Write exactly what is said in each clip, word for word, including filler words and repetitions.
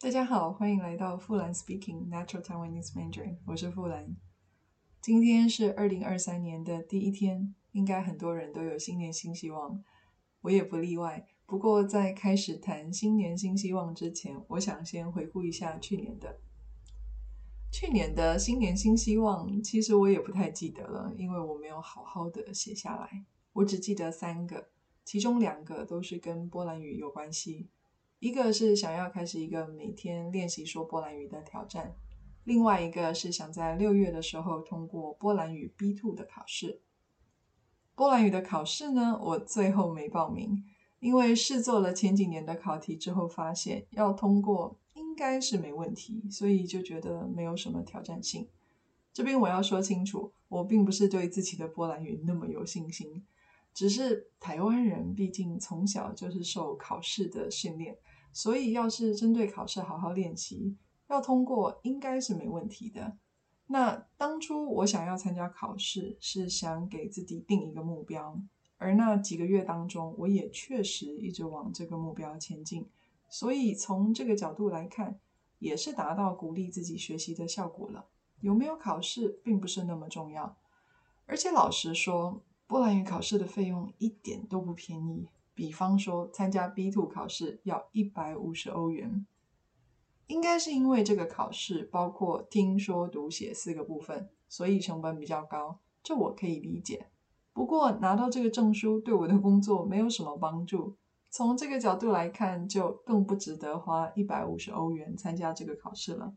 大家好，欢迎来到富兰 Speaking Natural Taiwanese Mandarin，我是富兰。今天是二零二三年的第一天，应该很多人都有新年新希望，我也不例外。不过在开始谈新年新希望之前，我想先回顾一下去年的。去年的新年新希望，其实我也不太记得了，因为我没有好好的写下来，我只记得三个，其中两个都是跟波兰语有关系。一个是想要开始一个每天练习说波兰语的挑战，另外一个是想在六月的时候通过波兰语 B 二 的考试。波兰语的考试呢，我最后没报名，因为试做了前几年的考题之后发现要通过应该是没问题，所以就觉得没有什么挑战性。这边我要说清楚，我并不是对自己的波兰语那么有信心，只是台湾人毕竟从小就是受考试的训练，所以要是针对考试好好练习，要通过应该是没问题的。那当初我想要参加考试，是想给自己定一个目标，而那几个月当中，我也确实一直往这个目标前进，所以从这个角度来看，也是达到鼓励自己学习的效果了。有没有考试并不是那么重要，而且老实说，波兰语考试的费用一点都不便宜。比方说，参加 B 二 考试要一百五十欧元，应该是因为这个考试包括听说读写四个部分，所以成本比较高，这我可以理解。不过拿到这个证书对我的工作没有什么帮助，从这个角度来看，就更不值得花一百五十欧元参加这个考试了。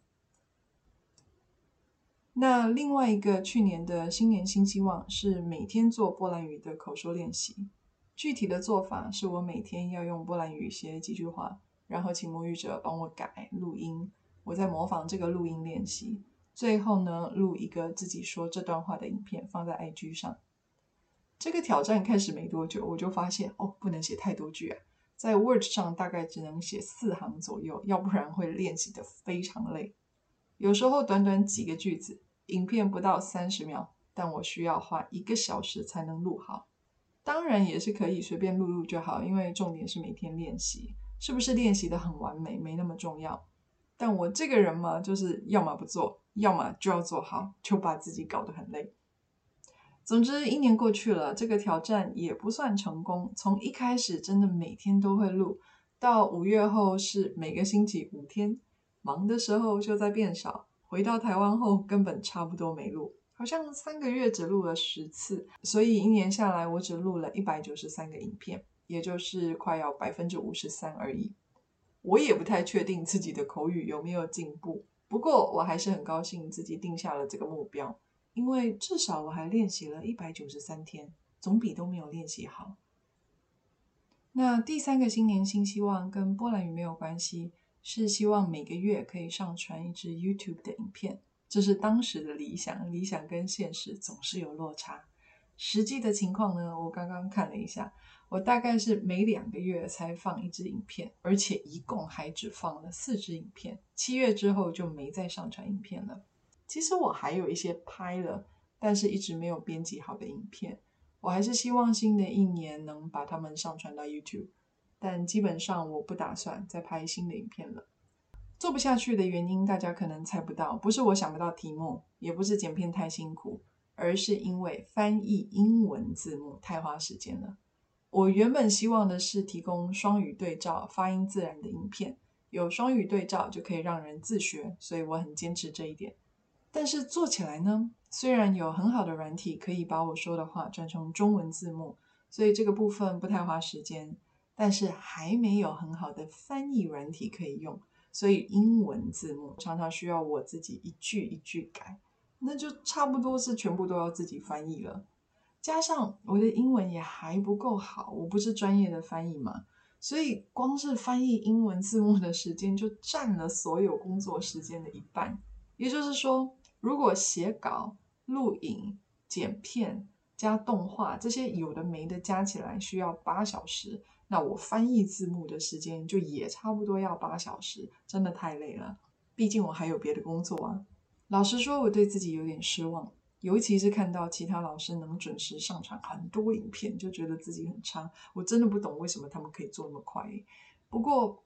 那另外一个去年的新年新希望是每天做波兰语的口说练习。具体的做法是我每天要用波兰语写几句话，然后请母语者帮我改录音，我再模仿这个录音练习，最后呢录一个自己说这段话的影片放在 I G 上。这个挑战开始没多久，我就发现哦，不能写太多句啊，在 Word 上大概只能写四行左右，要不然会练习得非常累。有时候短短几个句子，影片不到三十秒，但我需要花一个小时才能录好。当然也是可以随便录录就好，因为重点是每天练习，是不是练习得很完美没那么重要。但我这个人嘛，就是要么不做，要么就要做好，就把自己搞得很累。总之一年过去了，这个挑战也不算成功，从一开始真的每天都会录，到五月后是每个星期五天，忙的时候就在变少，回到台湾后根本差不多没录，好像三个月只录了十次，所以一年下来我只录了一百九十三个影片，也就是快要 百分之五十三 而已。我也不太确定自己的口语有没有进步，不过我还是很高兴自己定下了这个目标，因为至少我还练习了一百九十三天，总比都没有练习好。那第三个新年新希望跟波兰语没有关系，是希望每个月可以上传一支 YouTube 的影片，这是当时的理想，理想跟现实总是有落差。实际的情况呢，我刚刚看了一下，我大概是每两个月才放一支影片，而且一共还只放了四支影片，七月之后就没再上传影片了。其实我还有一些拍了，但是一直没有编辑好的影片，我还是希望新的一年能把它们上传到 YouTube， 但基本上我不打算再拍新的影片了。做不下去的原因大家可能猜不到，不是我想不到题目，也不是剪片太辛苦，而是因为翻译英文字幕太花时间了。我原本希望的是提供双语对照、发音自然的影片，有双语对照就可以让人自学，所以我很坚持这一点。但是做起来呢，虽然有很好的软体可以把我说的话转成中文字幕，所以这个部分不太花时间，但是还没有很好的翻译软体可以用，所以英文字幕常常需要我自己一句一句改，那就差不多是全部都要自己翻译了。加上我的英文也还不够好，我不是专业的翻译嘛，所以光是翻译英文字幕的时间就占了所有工作时间的一半。也就是说，如果写稿、录影、剪片、加动画这些有的没的加起来需要八小时，那我翻译字幕的时间就也差不多要八小时，真的太累了。毕竟我还有别的工作啊。老实说，我对自己有点失望，尤其是看到其他老师能准时上传很多影片，就觉得自己很差。我真的不懂为什么他们可以做那么快。不过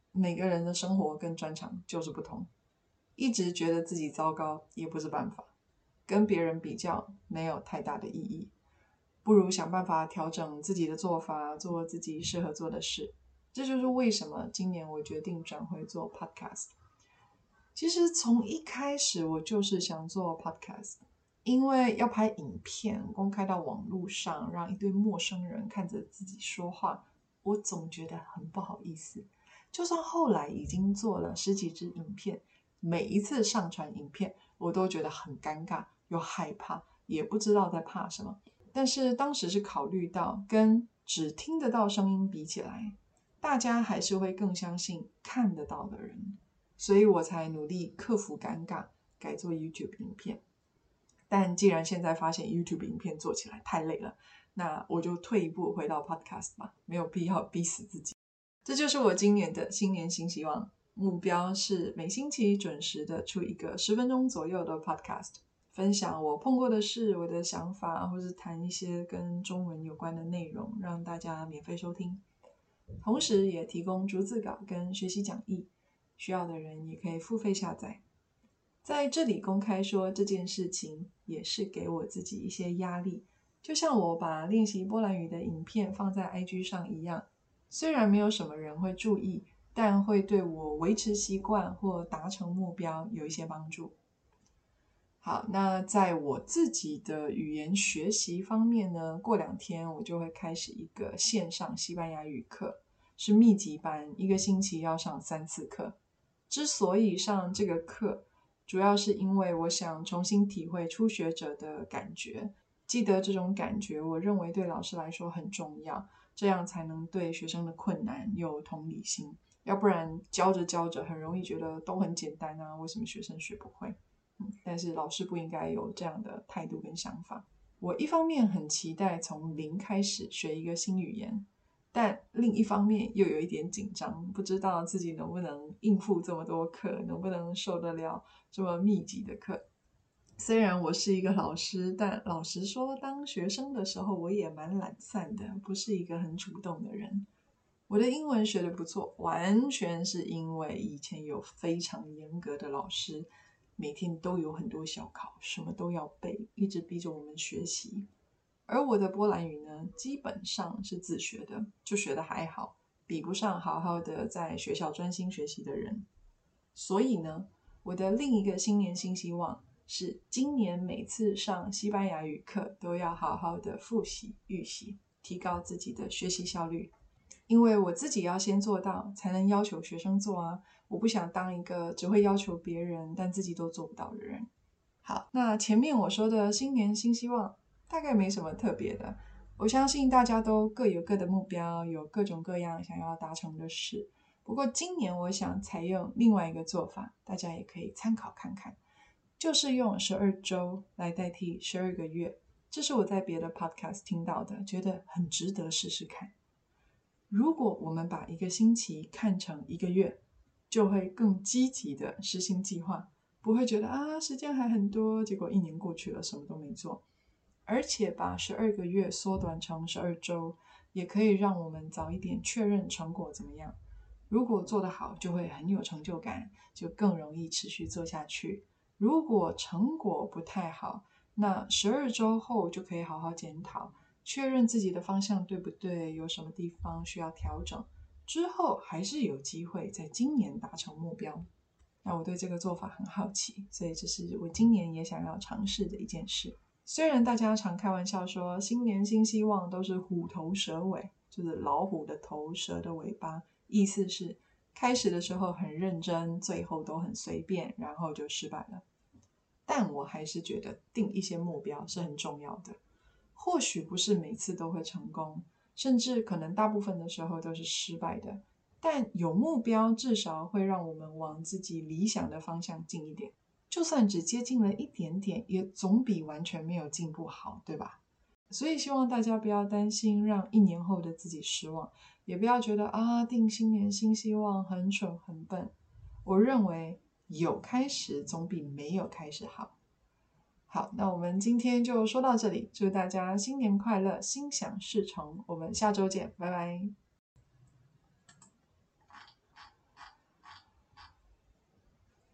每个人的生活跟专长就是不同，一直觉得自己糟糕也不是办法，跟别人比较没有太大的意义，不如想办法调整自己的做法，做自己适合做的事。这就是为什么今年我决定转回做 podcast。 其实从一开始我就是想做 podcast， 因为要拍影片公开到网络上，让一堆陌生人看着自己说话，我总觉得很不好意思。就算后来已经做了十几支影片，每一次上传影片我都觉得很尴尬又害怕，也不知道在怕什么。但是当时是考虑到跟只听得到声音比起来，大家还是会更相信看得到的人，所以我才努力克服尴尬，改做 YouTube 影片。但既然现在发现 YouTube 影片做起来太累了，那我就退一步回到 Podcast 吧，没有必要逼死自己。这就是我今年的新年新希望，目标是每星期准时的出一个十分钟左右的 Podcast， 分享我碰过的事，我的想法，或是谈一些跟中文有关的内容，让大家免费收听。同时也提供逐字稿跟学习讲义，需要的人也可以付费下载。在这里公开说这件事情，也是给我自己一些压力，就像我把练习波兰语的影片放在 I G 上一样，虽然没有什么人会注意，但会对我维持习惯或达成目标有一些帮助。好，那在我自己的语言学习方面呢，过两天我就会开始一个线上西班牙语课，是密集班，一个星期要上三次课。之所以上这个课，主要是因为我想重新体会初学者的感觉，记得这种感觉，我认为对老师来说很重要，这样才能对学生的困难有同理心，要不然教着教着很容易觉得都很简单啊，为什么学生学不会？嗯，但是老师不应该有这样的态度跟想法。我一方面很期待从零开始学一个新语言，但另一方面又有一点紧张，不知道自己能不能应付这么多课，能不能受得了这么密集的课。虽然我是一个老师，但老实说，当学生的时候我也蛮懒散的，不是一个很主动的人。我的英文学得不错，完全是因为以前有非常严格的老师，每天都有很多小考，什么都要背，一直逼着我们学习。而我的波兰语呢，基本上是自学的，就学得还好，比不上好好的在学校专心学习的人。所以呢，我的另一个新年新希望是，今年每次上西班牙语课都要好好的复习预习，提高自己的学习效率。因为我自己要先做到，才能要求学生做啊！我不想当一个只会要求别人，但自己都做不到的人。好，那前面我说的新年新希望，大概没什么特别的。我相信大家都各有各的目标，有各种各样想要达成的事。不过今年我想采用另外一个做法，大家也可以参考看看，就是用十二周来代替十二个月。这是我在别的 podcast 听到的，觉得很值得试试看。如果我们把一个星期看成一个月，就会更积极的实行计划，不会觉得啊时间还很多，结果一年过去了什么都没做。而且把十二个月缩短成十二周，也可以让我们早一点确认成果怎么样。如果做得好，就会很有成就感，就更容易持续做下去。如果成果不太好，那十二周后就可以好好检讨，确认自己的方向对不对，有什么地方需要调整，之后还是有机会在今年达成目标。那我对这个做法很好奇，所以这是我今年也想要尝试的一件事。虽然大家常开玩笑说新年新希望都是虎头蛇尾，就是老虎的头，蛇的尾巴，意思是开始的时候很认真，最后都很随便，然后就失败了。但我还是觉得定一些目标是很重要的。或许不是每次都会成功，甚至可能大部分的时候都是失败的，但有目标至少会让我们往自己理想的方向近一点。就算只接近了一点点，也总比完全没有进步好，对吧？所以希望大家不要担心让一年后的自己失望，也不要觉得啊定新年新希望很蠢很笨。我认为有开始总比没有开始好。好，那我们今天就说到这里，祝大家新年快乐，心想事成，我们下周见，拜拜。